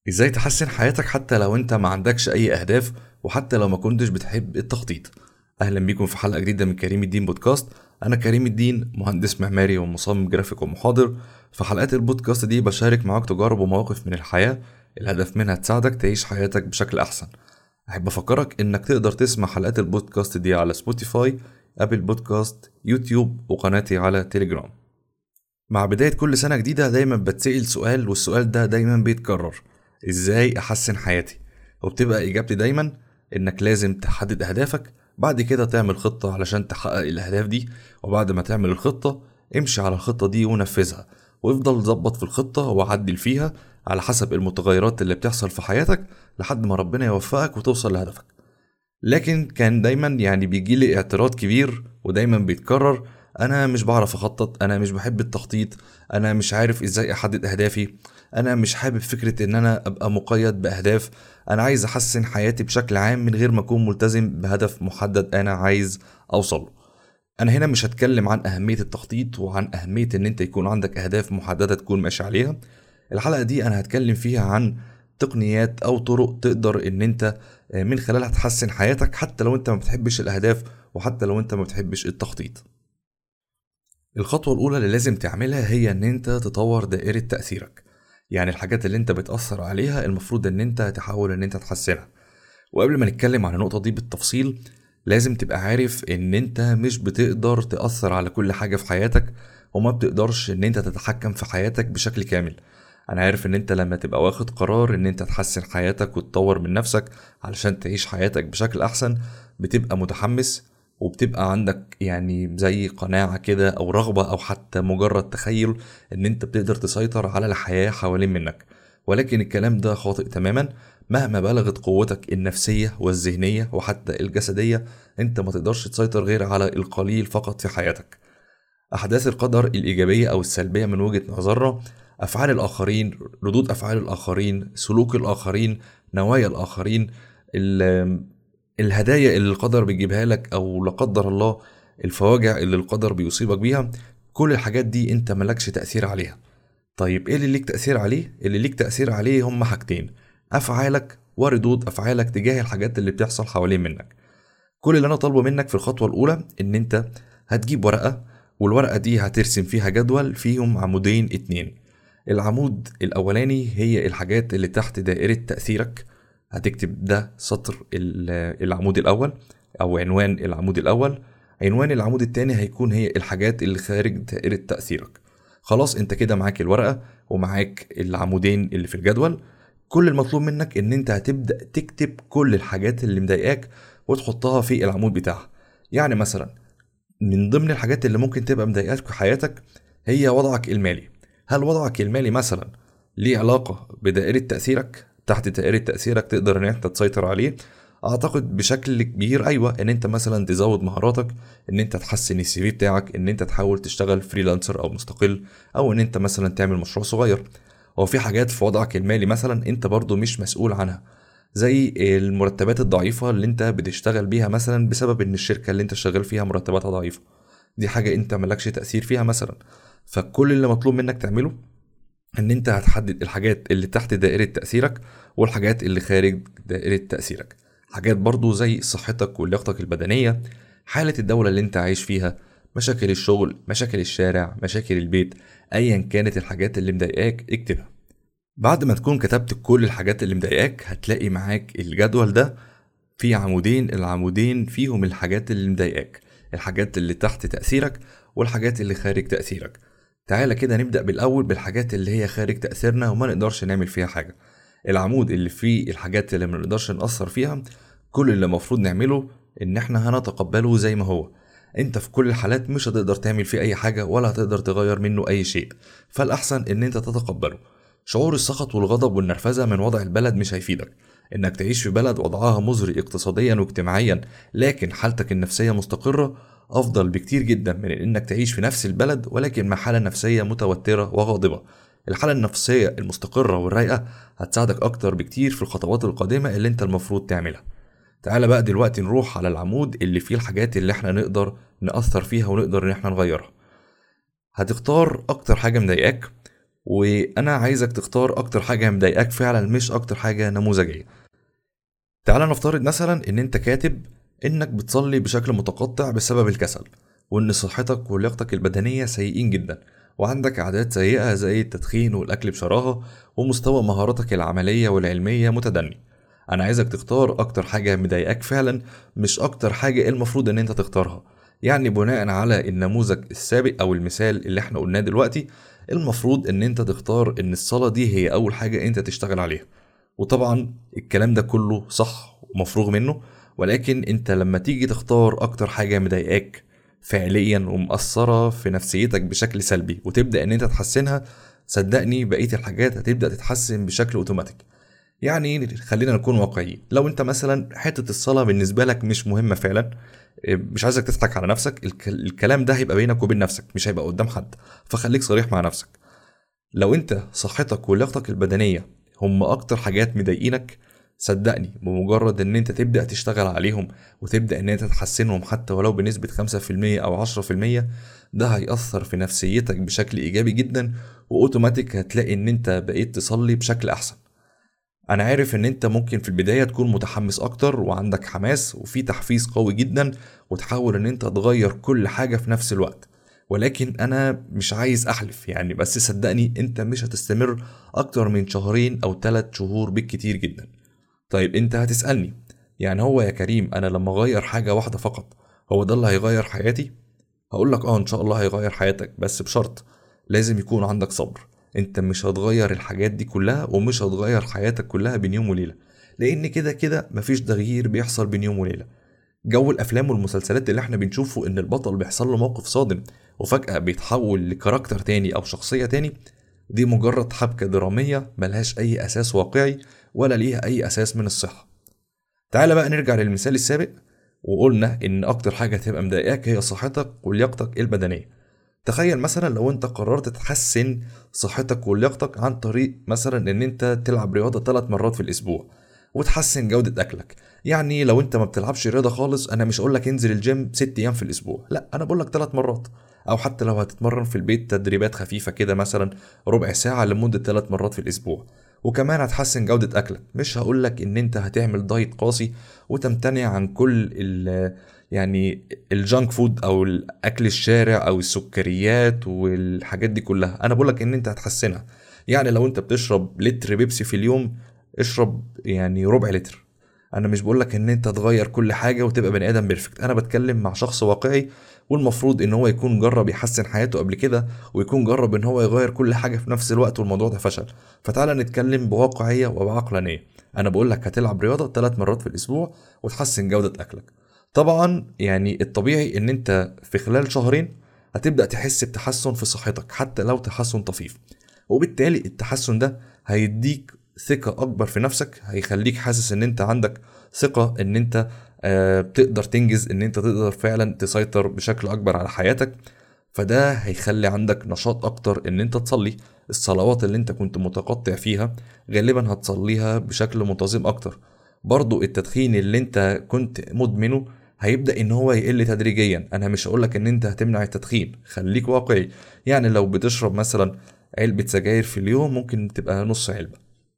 ازاي تحسن حياتك حتى لو انت ما عندكش اي اهداف، وحتى لو ما كنتش بتحب التخطيط. اهلا بيكم في حلقة جديدة من كريم الدين بودكاست. انا كريم الدين، مهندس معماري ومصمم جرافيك ومحاضر. في حلقات البودكاست دي بشارك معاك تجارب ومواقف من الحياة، الهدف منها تساعدك تعيش حياتك بشكل احسن. احب افكرك انك تقدر تسمع حلقات البودكاست دي على سبوتيفاي، ابل بودكاست، يوتيوب، وقناتي على تيليجرام. مع بداية كل سنة جديدة دايما بتسأل سؤال، والسؤال ده دايما بيتكرر: ازاي احسن حياتي؟ وبتبقى اجابتي دايما انك لازم تحدد اهدافك، بعد كده تعمل خطة علشان تحقق الاهداف دي، وبعد ما تعمل الخطة امشي على الخطة دي ونفذها، وافضل ظبط في الخطة وعدل فيها على حسب المتغيرات اللي بتحصل في حياتك لحد ما ربنا يوفقك وتوصل لهدفك. لكن كان دايما بيجيلي اعتراض كبير ودايما بيتكرر: انا مش بعرف اخطط، انا مش بحب التخطيط، انا مش عارف ازاي احدد اهدافي، انا مش حابب فكرة ان انا ابقى مقيد باهداف، انا عايز احسن حياتي بشكل عام من غير ما اكون ملتزم بهدف محدد انا عايز اوصله. انا هنا مش هتكلم عن اهمية التخطيط وعن اهمية ان انت يكون عندك اهداف محددة تكون ماشي عليها. الحلقة دي انا هتكلم فيها عن تقنيات او طرق تقدر ان انت من خلالها تحسن حياتك حتى لو انت ما بتحبش الاهداف، وحتى لو انت ما بتحبش التخطيط. الخطوة الاولى اللي لازم تعملها هي ان انت تطور دائرة تأثيرك، يعني الحاجات اللي انت بتأثر عليها المفروض ان انت تحاول ان انت تحسنها. وقبل ما نتكلم عن النقطة دي بالتفصيل، لازم تبقى عارف ان انت مش بتقدر تأثر على كل حاجة في حياتك، وما بتقدرش ان انت تتحكم في حياتك بشكل كامل. انا عارف ان انت لما تبقى واخد قرار ان انت تحسن حياتك وتطور من نفسك علشان تعيش حياتك بشكل احسن، بتبقى متحمس، وبتبقى عندك زي قناعة كده او رغبة او حتى مجرد تخيل ان انت بتقدر تسيطر على الحياة حوالين منك. ولكن الكلام ده خاطئ تماما. مهما بلغت قوتك النفسية والذهنية وحتى الجسدية، انت ما تقدرش تسيطر غير على القليل فقط في حياتك. أحداث القدر الإيجابية أو السلبية من وجهة نظرنا، أفعال الآخرين، ردود أفعال الآخرين، سلوك الآخرين، نوايا الآخرين، الهدايا اللي القدر بيجيبها لك، أو لا قدر الله الفواجع اللي القدر بيصيبك بيها، كل الحاجات دي انت ملكش تأثير عليها. طيب ايه اللي ليك تأثير عليه؟ اللي ليك تأثير عليه هم حاجتين: افعالك وردود افعالك تجاه الحاجات اللي بتحصل حوالين منك. كل اللي انا طالبه منك في الخطوة الاولى ان انت هتجيب ورقة، والورقة دي هترسم فيها جدول فيهم عمودين اتنين. العمود الاولاني هي الحاجات اللي تحت دائرة تأثيرك، هتكتب ده سطر العمود الاول او عنوان العمود الاول. عنوان العمود التاني هيكون هي الحاجات اللي خارج دائرة تأثيرك. خلاص انت كده معاك الورقة ومعاك العمودين اللي في الجدول. كل المطلوب منك ان انت هتبدأ تكتب كل الحاجات اللي مضايقاك وتحطها في العمود بتاعها. يعني مثلا من ضمن الحاجات اللي ممكن تبقى مضايقاك في حياتك هي وضعك المالي. هل وضعك المالي مثلا ليه علاقة بدائرة تأثيرك؟ تحت دائرة تأثيرك تقدر ان انت تسيطر عليه؟ اعتقد بشكل كبير ايوه، ان انت مثلا تزود مهاراتك، ان انت تحسن السي في بتاعك، ان انت تحاول تشتغل فريلانسر او مستقل، او ان انت مثلا تعمل مشروع صغير. هو في حاجات في وضعك المالي مثلا انت برضو مش مسؤول عنها، زي المرتبات الضعيفة اللي انت بتشتغل بيها مثلا بسبب ان الشركة اللي انت شغال فيها مرتباتها ضعيفة. دي حاجة انت ملكش تأثير فيها مثلا. فكل اللي مطلوب منك تعمله ان انت هتحدد الحاجات اللي تحت دائرة تأثيرك والحاجات اللي خارج دائرة تأثيرك. حاجات برضو زي صحتك ولياقتك البدنية، حالة الدولة اللي انت عايش فيها، مشاكل الشغل، مشاكل الشارع، مشاكل البيت، ايا كانت الحاجات اللي مضايقاك اكتبها. بعد ما تكون كتبت كل الحاجات اللي مضايقاك هتلاقي معاك الجدول ده فيه عمودين، العمودين فيهم الحاجات اللي مضايقاك، الحاجات اللي تحت تأثيرك والحاجات اللي خارج تأثيرك. تعالى كده نبدأ بالأول بالحاجات اللي هي خارج تأثيرنا وما نقدرش نعمل فيها حاجة. العمود اللي فيه الحاجات اللي ما نقدرش نأثر فيها، كل اللي المفروض نعمله إن احنا هنتقبله زي ما هو. انت في كل الحالات مش هتقدر تعمل فيه أي حاجة ولا هتقدر تغير منه أي شيء، فالأحسن إن انت تتقبله. شعور السخط والغضب والنرفزة من وضع البلد مش هيفيدك. انك تعيش في بلد وضعها مزري اقتصاديا واجتماعيا لكن حالتك النفسية مستقرة افضل بكتير جدا من انك تعيش في نفس البلد ولكن مع حالة نفسية متوترة وغاضبة. الحالة النفسية المستقرة والرايقة هتساعدك اكتر بكتير في الخطوات القادمة اللي انت المفروض تعملها. تعالى بقى دلوقتي نروح على العمود اللي فيه الحاجات اللي احنا نقدر نأثر فيها ونقدر ان احنا نغيرها. هتختار اكتر حاجة مضايقاك وانا عايزك تختار اكتر حاجة مضايقاك فعلا مش اكتر حاجة نموذجية. تعال نفترض مثلا ان انت كاتب انك بتصلي بشكل متقطع بسبب الكسل، وان صحتك ولياقتك البدنية سيئين جدا، وعندك عادات سيئة زي التدخين والاكل بشراهة، ومستوى مهاراتك العملية والعلمية متدني. انا عايزك تختار اكتر حاجة مضايقاك فعلا مش اكتر حاجة المفروض ان انت تختارها. يعني بناء على النموذج السابق او المثال اللي احنا قلناه دلوقتي، المفروض ان انت تختار ان الصلاة دي هي اول حاجة انت تشتغل عليها. وطبعا الكلام ده كله صح ومفروغ منه، ولكن انت لما تيجي تختار اكتر حاجة مضايقاك فعليا ومأثرة في نفسيتك بشكل سلبي وتبدأ ان انت تحسنها، صدقني بقية الحاجات هتبدأ تتحسن بشكل اوتوماتيك. يعني خلينا نكون واقعيين، لو انت مثلا حتة الصلاة بالنسبة لك مش مهمة فعلا، مش عايزك تضحك على نفسك، الكلام ده هيبقى بينك وبين نفسك مش هيبقى قدام حد، فخليك صريح مع نفسك. لو انت صحتك ولياقتك البدنية هم اكتر حاجات مضايقينك، صدقني بمجرد ان انت تبدأ تشتغل عليهم وتبدأ ان انت تحسنهم حتى ولو بنسبة 5% او 10%، ده هيأثر في نفسيتك بشكل ايجابي جدا، واوتوماتيك هتلاقي ان انت بقيت تصلي بشكل احسن. انا عارف ان انت ممكن في البداية تكون متحمس اكتر وعندك حماس وفي تحفيز قوي جدا، وتحاول ان انت تغير كل حاجة في نفس الوقت، ولكن انا مش عايز احلف يعني، بس صدقني انت مش هتستمر اكتر من 2 او 3 شهور بالكتير جدا. طيب انت هتسألني، يعني هو يا كريم انا لما اغير حاجة واحدة فقط هو ده اللي هيغير حياتي؟ هقولك ان شاء الله هيغير حياتك، بس بشرط لازم يكون عندك صبر. انت مش هتغير الحاجات دي كلها ومش هتغير حياتك كلها بين يوم وليلة، لان كده كده مفيش تغيير بيحصل بين يوم وليلة. جو الافلام والمسلسلات اللي احنا بنشوفه ان البطل بيحصل له موقف صادم وفجأة بيتحول لكاركتر تاني او شخصية تاني، دي مجرد حبكة درامية ملهاش اي اساس واقعي ولا ليها اي اساس من الصحة. تعال بقى نرجع للمثال السابق، وقلنا ان اكتر حاجة هتبقى مضايقاك هي صحتك ولياقتك البدنية. تخيل مثلا لو انت قررت تحسن صحتك ولياقتك عن طريق مثلا ان انت تلعب رياضة 3 مرات في الاسبوع وتحسن جودة اكلك. يعني لو انت ما بتلعبش رياضة خالص، انا مش اقولك انزل الجيم 6 ايام في الاسبوع، لا انا بقولك 3 مرات. او حتى لو هتتمرن في البيت تدريبات خفيفة كده مثلا ربع ساعة لمدة 3 مرات في الاسبوع، وكمان هتحسن جودة اكلك. مش هقولك ان انت هتعمل دايت قاسي وتمتنع عن كل يعني الجانك فود او الاكل الشارع او السكريات والحاجات دي كلها، انا بقولك ان انت هتحسنها. يعني لو انت بتشرب لتر بيبسي في اليوم، اشرب يعني ربع لتر. انا مش بقولك ان انت تغير كل حاجة وتبقى بني ادم بيرفكت، انا بتكلم مع شخص واقعي، والمفروض ان هو يكون جرب يحسن حياته قبل كده، ويكون جرب ان هو يغير كل حاجة في نفس الوقت والموضوع ده فشل. فتعالى نتكلم بواقعية وبعقلانية. انا بقولك هتلعب رياضة 3 مرات في الاسبوع وتحسن جودة اكلك. طبعا يعني الطبيعي ان انت في خلال شهرين هتبدأ تحس بتحسن في صحتك حتى لو تحسن طفيف، وبالتالي التحسن ده هيديك ثقة أكبر في نفسك، هيخليك حاسس إن أنت عندك ثقة إن أنت بتقدر تنجز، إن أنت تقدر فعلا تسيطر بشكل أكبر على حياتك. فده هيخلي عندك نشاط أكتر إن أنت تصلي الصلوات اللي أنت كنت متقطع فيها، غالبا هتصليها بشكل منتظم أكتر. برضو التدخين اللي أنت كنت مدمنه هيبدأ إن هو يقل تدريجيا. أنا مش هقولك إن أنت هتمنع التدخين، خليك واقعي. يعني لو بتشرب مثلا علبة سجاير في اليوم ممكن تبقى نص علبة.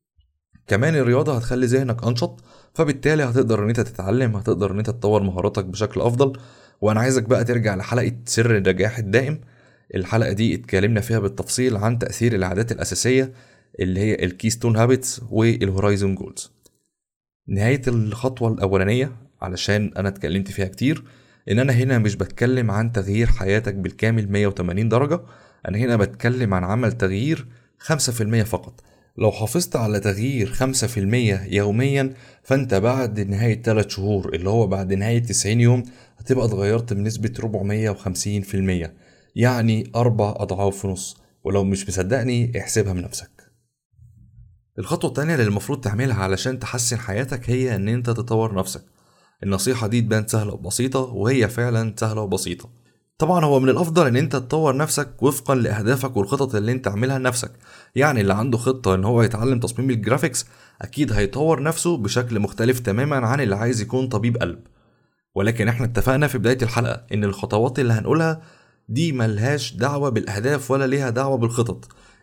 كمان الرياضة هتخلي ذهنك أنشط، فبالتالي هتقدر إن أنت تتعلم، هتقدر إن أنت تطور مهاراتك بشكل أفضل. وأنا عايزك بقى ترجع لحلقة سر النجاح الدائم. الحلقة دي اتكلمنا فيها بالتفصيل عن تأثير العادات الأساسية اللي هي الكيستون هابتس والهورايزون جولز. نهاية الخطوة الأولانية علشان أنا اتكلمت فيها كتير، إن أنا هنا مش بتكلم عن تغيير حياتك بالكامل 180 درجة، أنا هنا بتكلم عن عمل تغيير 5% فقط. لو حافظت على تغيير 5% يوميا، فأنت بعد نهاية 3 شهور اللي هو بعد نهاية 90 يوم هتبقى اتغيرت بنسبة 450%، يعني 4 أضعاف ونص. ولو مش مصدقني احسبها بنفسك. الخطوة التانية اللي المفروض تعملها علشان تحسن حياتك هي ان انت تطور نفسك. النصيحة دي تبان سهلة وبسيطة، وهي فعلا سهلة وبسيطة. طبعا هو من الافضل ان انت تطور نفسك وفقا لاهدافك والخطط اللي انت عاملها لنفسك. يعني اللي عنده خطة ان هو يتعلم تصميم الجرافيكس اكيد هيطور نفسه بشكل مختلف تماما عن اللي عايز يكون طبيب قلب. ولكن احنا اتفقنا في بداية الحلقة ان الخطوات اللي هنقولها دي ملهاش دعوة بالاهداف ولا ليها دعوة بالخطط.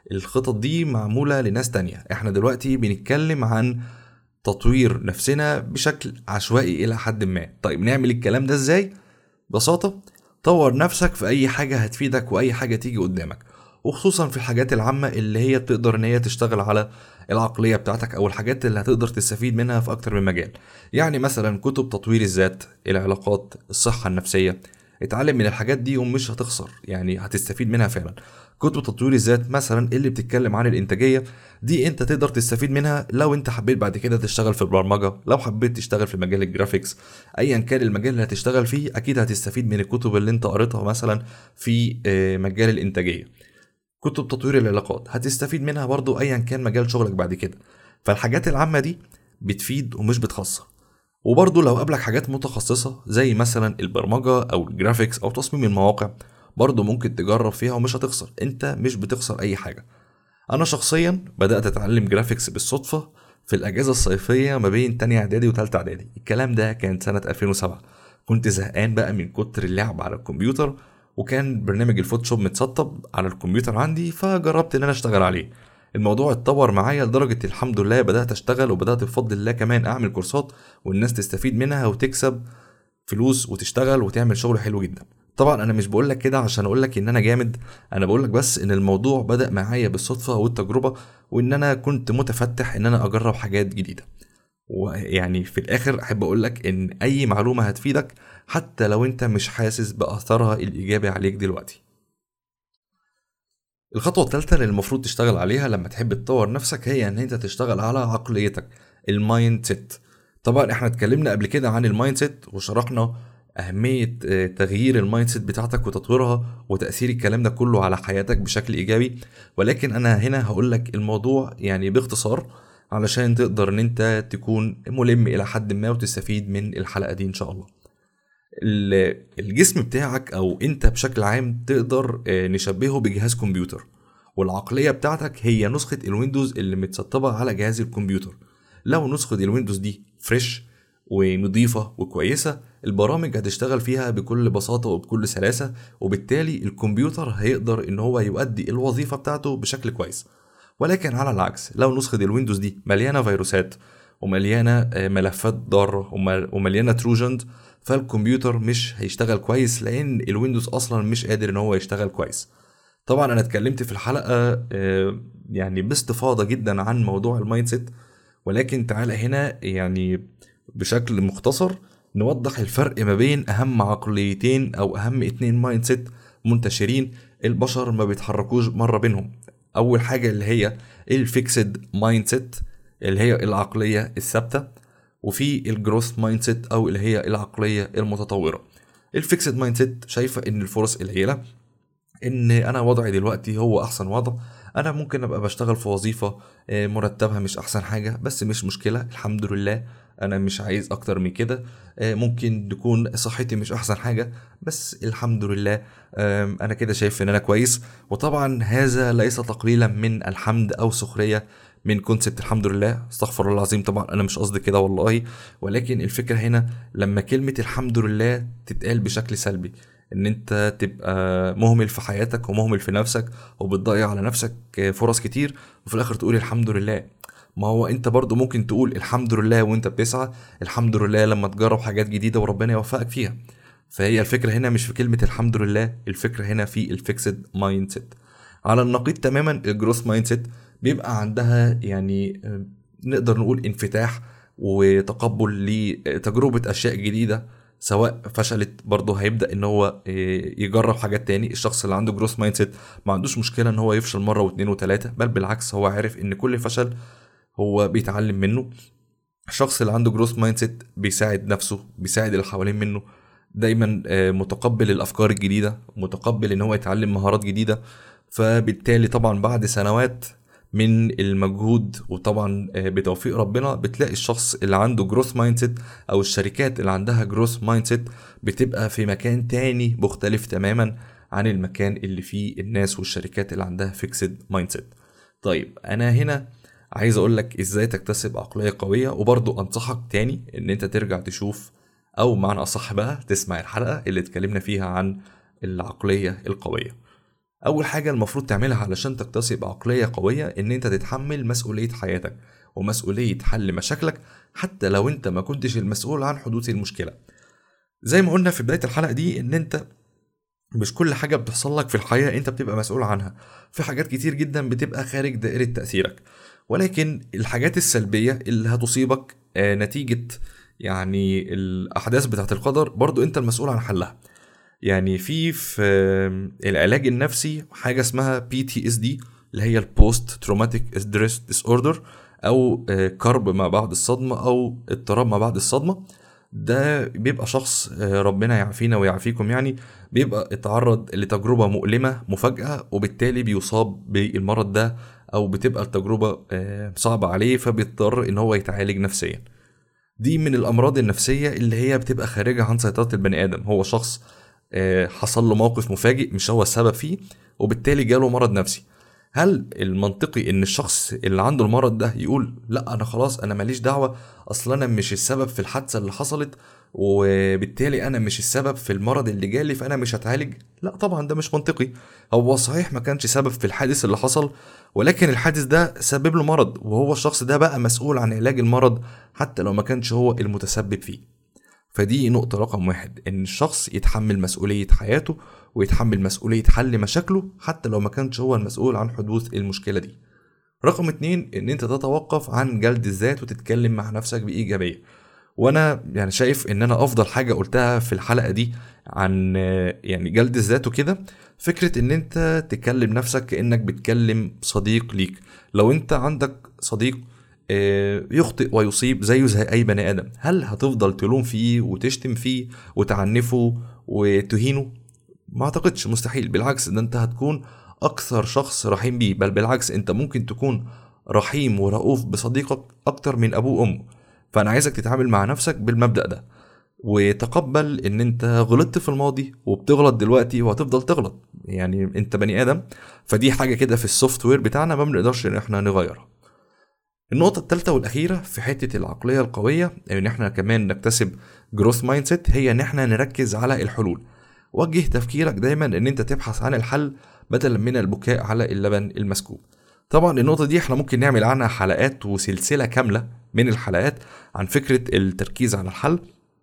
الخطط دي معمولة لناس تانية. احنا دلوقتي بنتكلم عن تطوير نفسنا بشكل عشوائي الى حد ما. طيب نعمل الكلام ده ازاي؟ ببساطة طور نفسك في اي حاجة هتفيدك واي حاجة تيجي قدامك، وخصوصا في الحاجات العامة اللي هي بتقدر ان هي تشتغل على العقلية بتاعتك، او الحاجات اللي هتقدر تستفيد منها في اكتر من مجال. يعني مثلا كتب تطوير الذات، العلاقات، الصحة النفسية. اتعلم من الحاجات دي ومش هتخسر، يعني هتستفيد منها فعلا. كتب تطوير الذات مثلا اللي بتتكلم عن الانتاجية، دي انت تقدر تستفيد منها لو انت حبيت بعد كده تشتغل في البرمجة، لو حبيت تشتغل في مجال الجرافيكس، ايا كان المجال اللي هتشتغل فيه اكيد هتستفيد من الكتب اللي انت قريتها مثلا في مجال الانتاجية. كتب تطوير العلاقات هتستفيد منها برضو ايا كان مجال شغلك بعد كده. فالحاجات العامة دي بتفيد ومش بتخسر. وبرضو لو قابلك حاجات متخصصة زي مثلا البرمجة او الجرافيكس او تصميم المواقع، برضو ممكن تجرب فيها ومش هتخسر، انت مش بتخسر اي حاجة. انا شخصيا بدات اتعلم جرافيكس بالصدفه في الاجازه الصيفيه ما بين تانية اعدادي وتالتة اعدادي. الكلام ده كان سنه 2007. كنت زهقان بقى من كتر اللعب على الكمبيوتر، وكان برنامج الفوتوشوب متسطب على الكمبيوتر عندي، فجربت ان انا اشتغل عليه. الموضوع اتطور معايا لدرجه الحمد لله بدات اشتغل، وبدات بفضل الله كمان اعمل كورسات والناس تستفيد منها وتكسب فلوس وتشتغل وتعمل شغل حلو جدا. طبعا انا مش بقولك كده عشان اقولك ان انا جامد، انا بقولك بس ان الموضوع بدأ معايا بالصدفة والتجربة، وان انا كنت متفتح ان انا اجرب حاجات جديدة. ويعني في الاخر احب اقولك ان اي معلومة هتفيدك حتى لو انت مش حاسس باثرها الايجابي عليك دلوقتي. الخطوة الثالثة اللي المفروض تشتغل عليها لما تحب تطور نفسك هي ان انت تشتغل على عقليتك، المايند سيت. طبعا احنا اتكلمنا قبل كده عن المايند سيت وشرحنا اهمية تغيير المايند سيت بتاعتك وتطويرها وتأثير الكلام ده كله على حياتك بشكل ايجابي. ولكن انا هنا هقولك الموضوع يعني باختصار علشان تقدر ان انت تكون ملم الى حد ما وتستفيد من الحلقة دي ان شاء الله. الجسم بتاعك او انت بشكل عام تقدر نشبهه بجهاز كمبيوتر، والعقلية بتاعتك هي نسخة الويندوز اللي متسطبة على جهاز الكمبيوتر. لو نسخة الويندوز دي فريش ونضيفة وكويسة، البرامج هتشتغل فيها بكل بساطة وبكل سلاسة، وبالتالي الكمبيوتر هيقدر ان هو يؤدي الوظيفة بتاعته بشكل كويس. ولكن على العكس، لو نسخة الويندوز دي مليانة فيروسات ومليانة ملفات ضارة ومليانة تروجنز، فالكمبيوتر مش هيشتغل كويس، لان الويندوز اصلا مش قادر ان هو يشتغل كويس. طبعا انا اتكلمت في الحلقة يعني باستفاضة جدا عن موضوع المايند سيت، ولكن تعالى هنا يعني بشكل مختصر نوضح الفرق ما بين اهم عقليتين او اهم اتنين مايند سيت منتشرين البشر ما بيتحركوش مرة بينهم. اول حاجة اللي هي الفيكسد مايند سيت اللي هي العقلية الثابتة، وفي الجروث مايند سيت او اللي هي العقلية المتطورة. الفيكسد مايند سيت شايفة ان الفرص قليلة، ان انا وضعي دلوقتي هو احسن وضع، انا ممكن ابقى بشتغل في وظيفة مرتبها مش احسن حاجة بس مش مشكلة الحمد لله، انا مش عايز اكتر من كده. ممكن تكون صحتي مش احسن حاجة بس الحمد لله، انا كده شايف ان انا كويس. وطبعا هذا ليس تقليلا من الحمد او سخرية من كونسبت الحمد لله، استغفر الله العظيم، طبعا انا مش قصدي كده والله. ولكن الفكرة هنا لما كلمة الحمد لله تتقال بشكل سلبي، ان انت تبقى مهمل في حياتك ومهمل في نفسك وبتضيع على نفسك فرص كتير، وفي الاخر تقول الحمد لله. ما هو انت برضو ممكن تقول الحمد لله وانت بتسعى، الحمد لله لما تجرب حاجات جديدة وربنا يوفقك فيها. فهي الفكرة هنا مش في كلمة الحمد لله، الفكرة هنا في الفيكسد مايند سيت. على النقيض تماما الجروث مايند سيت بيبقى عندها يعني نقدر نقول انفتاح وتقبل لتجربة اشياء جديدة، سواء فشلت برضه هيبدا ان هو يجرب حاجات تاني. الشخص اللي عنده جروث مايند سيت ما عندوش مشكله ان هو يفشل مره واثنين وثلاثه، بل بالعكس هو عارف ان كل فشل هو بيتعلم منه. الشخص اللي عنده جروث مايند سيت بيساعد نفسه، بيساعد اللي حوالين منه، دايما متقبل الافكار الجديده، متقبل ان هو يتعلم مهارات جديده. فبالتالي طبعا بعد سنوات من المجهود وطبعا بتوفيق ربنا بتلاقي الشخص اللي عنده جروث مايند سيت او الشركات اللي عندها جروث مايند سيت بتبقى في مكان تاني مختلف تماما عن المكان اللي فيه الناس والشركات اللي عندها فيكسد مايند سيت. طيب انا هنا عايز اقول لك ازاي تكتسب عقلية قوية، وبرضو انصحك تاني ان انت ترجع تشوف او معنى اصح بقى تسمع الحلقة اللي اتكلمنا فيها عن العقلية القوية. اول حاجة المفروض تعملها علشان تكتسب عقلية قوية ان انت تتحمل مسؤولية حياتك ومسؤولية حل مشاكلك، حتى لو انت ما كنتش المسؤول عن حدوث المشكلة. زي ما قلنا في بداية الحلقة دي ان انت مش كل حاجة بتحصل لك في الحياة انت بتبقى مسؤول عنها، في حاجات كتير جدا بتبقى خارج دائرة تأثيرك. ولكن الحاجات السلبية اللي هتصيبك نتيجة يعني الأحداث بتاعت القدر برضو انت المسؤول عن حلها. يعني في العلاج النفسي حاجة اسمها PTSD اللي هي البوست تروماتيك ستريس ديس اوردر، او كرب ما بعد الصدمة او اضطراب ما بعد الصدمة. ده بيبقى شخص ربنا يعافينا ويعافيكم يعني، بيبقى اتعرض لتجربة مؤلمة مفاجأة وبالتالي بيصاب بالمرض ده، او بتبقى التجربة صعبة عليه فبيضطر ان هو يتعالج نفسيا. دي من الامراض النفسية اللي هي بتبقى خارجة عن سيطرة البني ادم. هو شخص حصل له موقف مفاجئ مش هو السبب فيه وبالتالي جاله مرض نفسي. هل المنطقي ان الشخص اللي عنده المرض ده يقول لا انا خلاص انا ماليش دعوة، اصلا انا مش السبب في الحادثة اللي حصلت وبالتالي انا مش السبب في المرض اللي جالي فانا مش هتعالج؟ لا طبعا ده مش منطقي. هو صحيح ما كانش سبب في الحادث اللي حصل، ولكن الحادث ده سبب له مرض وهو الشخص ده بقى مسؤول عن علاج المرض حتى لو ما كانش هو المتسبب فيه. فدي نقطة رقم واحد، إن الشخص يتحمل مسؤولية حياته ويتحمل مسؤولية حل مشاكله حتى لو ما كانش هو المسؤول عن حدوث المشكلة دي. رقم اتنين، إن أنت تتوقف عن جلد الذات وتتكلم مع نفسك بإيجابية. وأنا يعني شايف إن أنا أفضل حاجة قلتها في الحلقة دي عن يعني جلد الذات وكده، فكرة إن أنت تكلم نفسك كأنك بتكلم صديق ليك. لو أنت عندك صديق يخطئ ويصيب زيه زي اي بني ادم، هل هتفضل تلوم فيه وتشتم فيه وتعنفه وتهينه؟ ما اعتقدش، مستحيل. بالعكس ده انت هتكون اكثر شخص رحيم بيه، بل بالعكس انت ممكن تكون رحيم ورؤوف بصديقك اكتر من ابوه وامه. فانا عايزك تتعامل مع نفسك بالمبدأ ده وتقبل ان انت غلطت في الماضي وبتغلط دلوقتي وهتفضل تغلط، يعني انت بني ادم. فدي حاجة كده في السوفت وير بتاعنا ما بنقدرش ان احنا نغيرها. النقطة الثالثة والأخيرة في حتة العقلية القوية إن إحنا كمان نكتسب جروث مايند سيت، هي إن إحنا نركز على الحلول. وجه تفكيرك دايما إن أنت تبحث عن الحل بدلا من البكاء على اللبن المسكوب. طبعا النقطة دي إحنا ممكن نعمل عنها حلقات وسلسلة كاملة من الحلقات عن فكرة التركيز على الحل.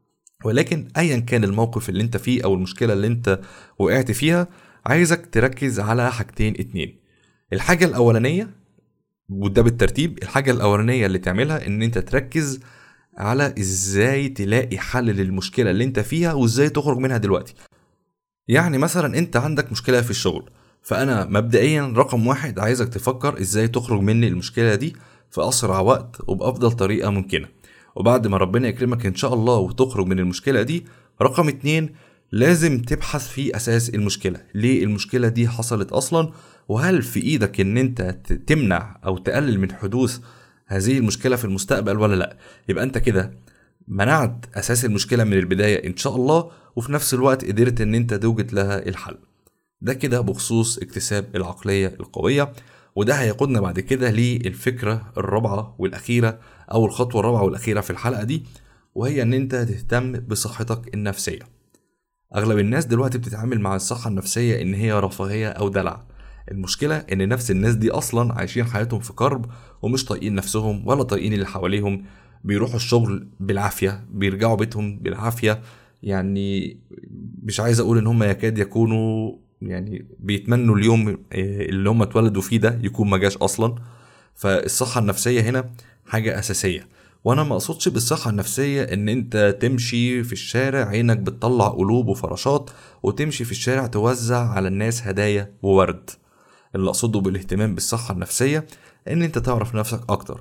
ولكن أيا كان الموقف اللي أنت فيه أو المشكلة اللي أنت وقعت فيها، عايزك تركز على حاجتين اتنين. الحاجة الأولانية، وده بالترتيب، الحاجة الأولانية اللي تعملها إن أنت تركز على إزاي تلاقي حل للمشكلة اللي أنت فيها وإزاي تخرج منها دلوقتي. يعني مثلا أنت عندك مشكلة في الشغل، فأنا مبدئيا رقم واحد عايزك تفكر إزاي تخرج من المشكلة دي في أسرع وقت وبأفضل طريقة ممكنة. وبعد ما ربنا يكرمك إن شاء الله وتخرج من المشكلة دي، رقم اتنين لازم تبحث في أساس المشكلة، ليه المشكلة دي حصلت أصلا، وهل في ايدك ان انت تمنع او تقلل من حدوث هذه المشكلة في المستقبل ولا لا. يبقى انت كده منعت اساس المشكلة من البداية ان شاء الله، وفي نفس الوقت قدرت ان انت توجد لها الحل. ده كده بخصوص اكتساب العقلية القوية. وده هيقودنا بعد كده للفكرة الرابعة والأخيرة أو الخطوة الرابعة والأخيرة في الحلقة دي، وهي ان انت تهتم بصحتك النفسية. اغلب الناس دلوقتي بتتعامل مع الصحة النفسية ان هي رفاهية او دلع. المشكلة ان نفس الناس دي اصلا عايشين حياتهم في كرب ومش طايقين نفسهم ولا طايقين اللي حواليهم، بيروحوا الشغل بالعافية بيرجعوا بيتهم بالعافية. يعني مش عايز اقول ان هم يكاد يكونوا يعني بيتمنوا اليوم اللي هم اتولدوا فيه ده يكون ما جاش اصلا. فالصحة النفسية هنا حاجة اساسية. وانا ما اقصدش بالصحة النفسية ان انت تمشي في الشارع عينك بتطلع قلوب وفراشات وتمشي في الشارع توزع على الناس هدايا وورد. اللي اقصده بالاهتمام بالصحة النفسية ان انت تعرف نفسك اكتر،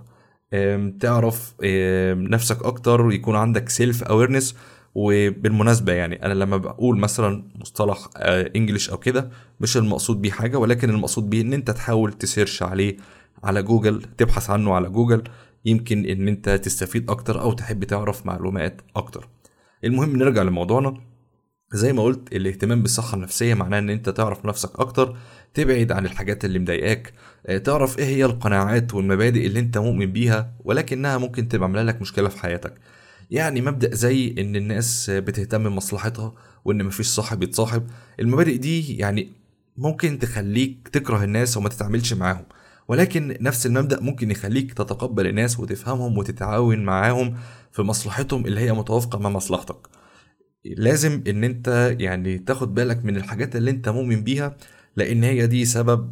تعرف نفسك اكتر ويكون عندك سيلف اويرنس. وبالمناسبة يعني انا لما بقول مثلا مصطلح انجليش او كده مش المقصود بيه حاجة، ولكن المقصود بيه ان انت تحاول تسيرش عليه على جوجل، تبحث عنه على جوجل، يمكن ان انت تستفيد اكتر او تحب تعرف معلومات اكتر. المهم نرجع لموضوعنا. زي ما قلت الاهتمام بالصحة النفسية معناه ان انت تعرف نفسك اكتر، تبعد عن الحاجات اللي مضايقاك، تعرف ايه هي القناعات والمبادئ اللي انت مؤمن بيها ولكنها ممكن تبقى عامله لك مشكلة في حياتك. يعني مبدأ زي ان الناس بتهتم بمصلحتها وان مفيش صاحب يتصاحب. المبادئ دي يعني ممكن تخليك تكره الناس وما تتعاملش معاهم، ولكن نفس المبدأ ممكن يخليك تتقبل الناس وتفهمهم وتتعاون معاهم في مصلحتهم اللي هي متوافقة مع مصلحتك. لازم ان انت يعني تاخد بالك من الحاجات اللي انت مؤمن بيها، لان هي دي سبب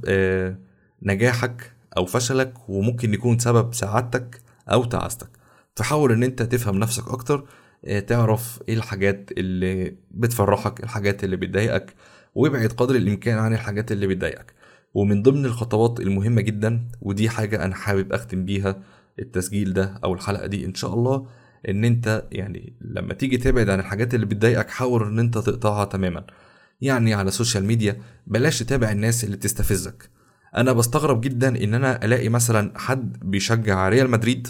نجاحك او فشلك، وممكن يكون سبب سعادتك او تعاستك. فحاول ان انت تفهم نفسك اكتر، تعرف ايه الحاجات اللي بتفرحك، الحاجات اللي بتضايقك، وابعد قدر الامكان عن الحاجات اللي بتضايقك. ومن ضمن الخطوات المهمة جدا، ودي حاجة انا حابب اختم بيها التسجيل ده او الحلقة دي ان شاء الله، ان انت يعني لما تيجي تبعد عن الحاجات اللي بتضايقك حاول ان انت تقطعها تماما. يعني على السوشيال ميديا بلاش تتابع الناس اللي بتستفزك. انا بستغرب جدا ان انا الاقي مثلا حد بيشجع ريال مدريد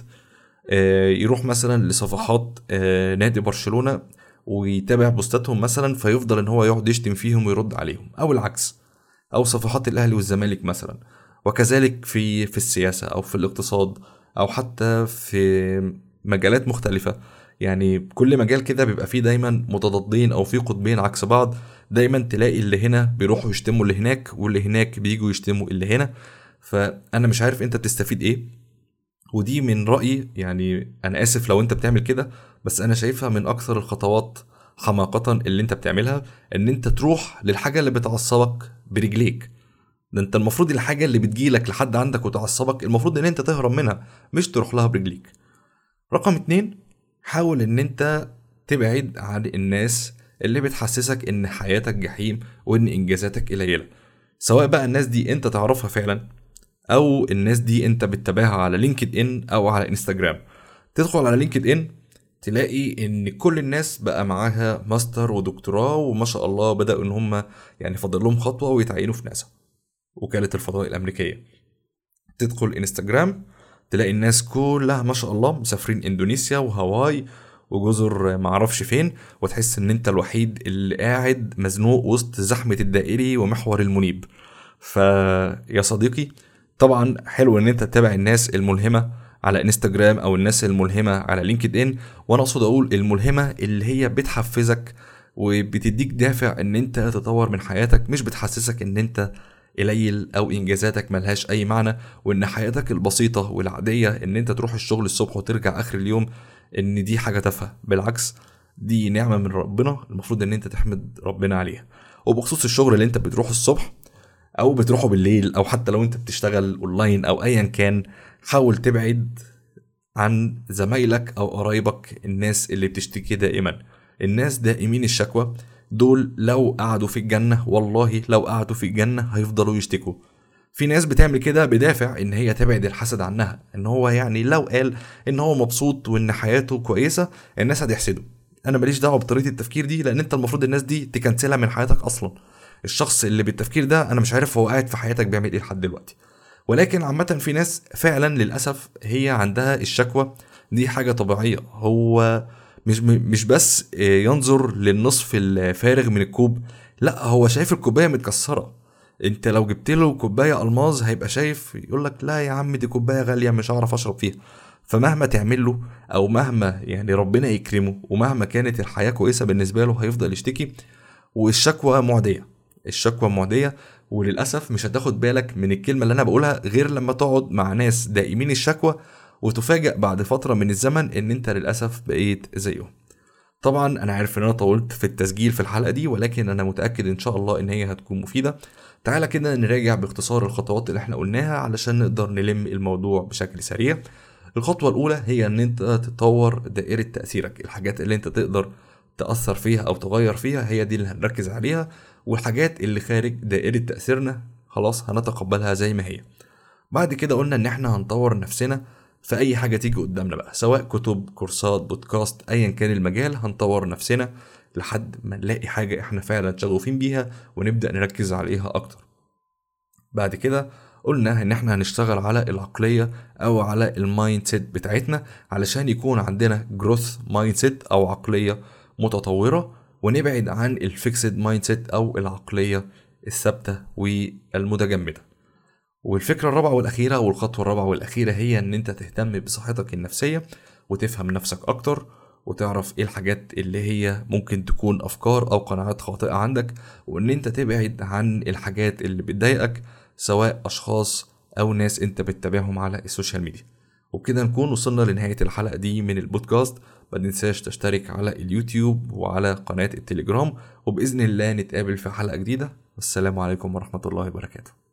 يروح مثلا لصفحات نادي برشلونة ويتابع بوستاتهم مثلا، فيفضل ان هو يقعد يشتم فيهم ويرد عليهم، او العكس، او صفحات الاهلي والزمالك مثلا. وكذلك في السياسة او في الاقتصاد، او حتى في مجالات مختلفة. يعني كل مجال كده بيبقى فيه دايما متضادين او فيه قطبين عكس بعض. دايما تلاقي اللي هنا بيروحوا يشتموا اللي هناك، واللي هناك بييجوا يشتموا اللي هنا. فانا مش عارف انت بتستفيد ايه. ودي من رأيي، يعني انا اسف لو انت بتعمل كده، بس انا شايفها من اكثر الخطوات حماقة اللي انت بتعملها، ان انت تروح للحاجة اللي بتعصبك برجليك. ده انت المفروض الحاجة اللي بتجيلك لحد عندك وتعصبك المفروض ان انت تهرب منها، مش تروح لها برجليك. رقم 2، حاول ان انت تبعد عن الناس اللي بتحسسك ان حياتك جحيم وان انجازاتك قليلة. سواء بقى الناس دي انت تعرفها فعلا، او الناس دي انت بتتابعها على لينكد ان او على انستجرام. تدخل على لينكد ان تلاقي ان كل الناس بقى معاها ماستر ودكتوراه وما شاء الله بدأوا ان هم يعني فاضل لهم خطوة ويتعينوا في ناسا، وكالة الفضاء الأمريكية. تدخل انستجرام تلاقي الناس كلها ما شاء الله مسافرين اندونيسيا وهاواي وجزر معرفش فين، وتحس ان انت الوحيد اللي قاعد مزنوق وسط زحمة الدائري ومحور المنيب. فيا صديقي، طبعا حلو ان انت تتابع الناس الملهمة على انستجرام او الناس الملهمة على لينكد ان، وانا اقصد اقول الملهمة اللي هي بتحفزك وبتديك دافع ان انت تطور من حياتك، مش بتحسسك ان انت قليل او انجازاتك ملهاش اي معنى، وان حياتك البسيطة والعادية ان انت تروح الشغل الصبح وترجع اخر اليوم ان دي حاجة تافهة. بالعكس، دي نعمة من ربنا المفروض ان انت تحمد ربنا عليها. وبخصوص الشغل اللي انت بتروح الصبح او بتروحه بالليل، او حتى لو انت بتشتغل اونلاين او ايا كان، حاول تبعد عن زمايلك او قرايبك الناس اللي بتشتكي دائما. الناس دائمين الشكوى، دول لو قعدوا في الجنة، والله لو قعدوا في الجنة هيفضلوا يشتكوا. في ناس بتعمل كده بدافع ان هي تبعد الحسد عنها، ان هو يعني لو قال ان هو مبسوط وان حياته كويسة الناس هتحسده. انا ماليش دعوة بطريقة التفكير دي، لان انت المفروض الناس دي تكنسلها من حياتك اصلا. الشخص اللي بالتفكير ده انا مش عارف هو قاعد في حياتك بيعمل ايه لحد دلوقتي. ولكن عامة في ناس فعلا للأسف هي عندها الشكوى، دي حاجة طبيعية. هو مش بس ينظر للنصف الفارغ من الكوب، لا هو شايف الكوباية متكسرة. انت لو جبت له كوباية الماظ هيبقى شايف يقول لك لا يا عم دي كوباية غالية مش هعرف اشرب فيها. فمهما تعمل له او مهما يعني ربنا يكرمه ومهما كانت الحياة كويسة بالنسبة له هيفضل يشتكي. والشكوى معدية، الشكوى معدية. وللأسف مش هتاخد بالك من الكلمة اللي أنا بقولها غير لما تقعد مع ناس دائمين الشكوى وتفاجأ بعد فترة من الزمن إن أنت للأسف بقيت زيهم. طبعا أنا عارف إن أنا طولت في التسجيل في الحلقة دي، ولكن أنا متأكد إن شاء الله إن هي هتكون مفيدة. تعالى كده نراجع باختصار الخطوات اللي احنا قلناها علشان نقدر نلم الموضوع بشكل سريع. الخطوة الأولى هي إن أنت تطور دائرة تأثيرك، الحاجات اللي أنت تقدر تأثر فيها أو تغير فيها هي دي اللي هنركز عليها، والحاجات اللي خارج دائرة تأثيرنا خلاص هنتقبلها زي ما هي. بعد كده قلنا إن احنا هنطور نفسنا في أي حاجة تيجي قدامنا بقى، سواء كتب، كورسات، بودكاست، أيا كان المجال هنطور نفسنا لحد ما نلاقي حاجة احنا فعلا شغوفين بيها ونبدأ نركز عليها أكتر. بعد كده قلنا ان احنا هنشتغل على العقلية او على المايند سيت بتاعتنا علشان يكون عندنا جروث مايند سيت او عقلية متطورة، ونبعد عن الفيكسد مايند سيت او العقلية الثابتة والمتجمدة. والفكرة الرابعة والأخيرة والخطوة الرابعة والأخيرة هي ان انت تهتم بصحتك النفسية وتفهم نفسك اكتر، وتعرف ايه الحاجات اللي هي ممكن تكون افكار او قناعات خاطئة عندك، وان انت تبعد عن الحاجات اللي بتضايقك سواء اشخاص او ناس انت بتتابعهم على السوشيال ميديا. وبكده نكون وصلنا لنهاية الحلقة دي من البودكاست. ما تنساش تشترك على اليوتيوب وعلى قناة التليجرام، وبإذن الله نتقابل في حلقة جديدة. والسلام عليكم ورحمة الله وبركاته.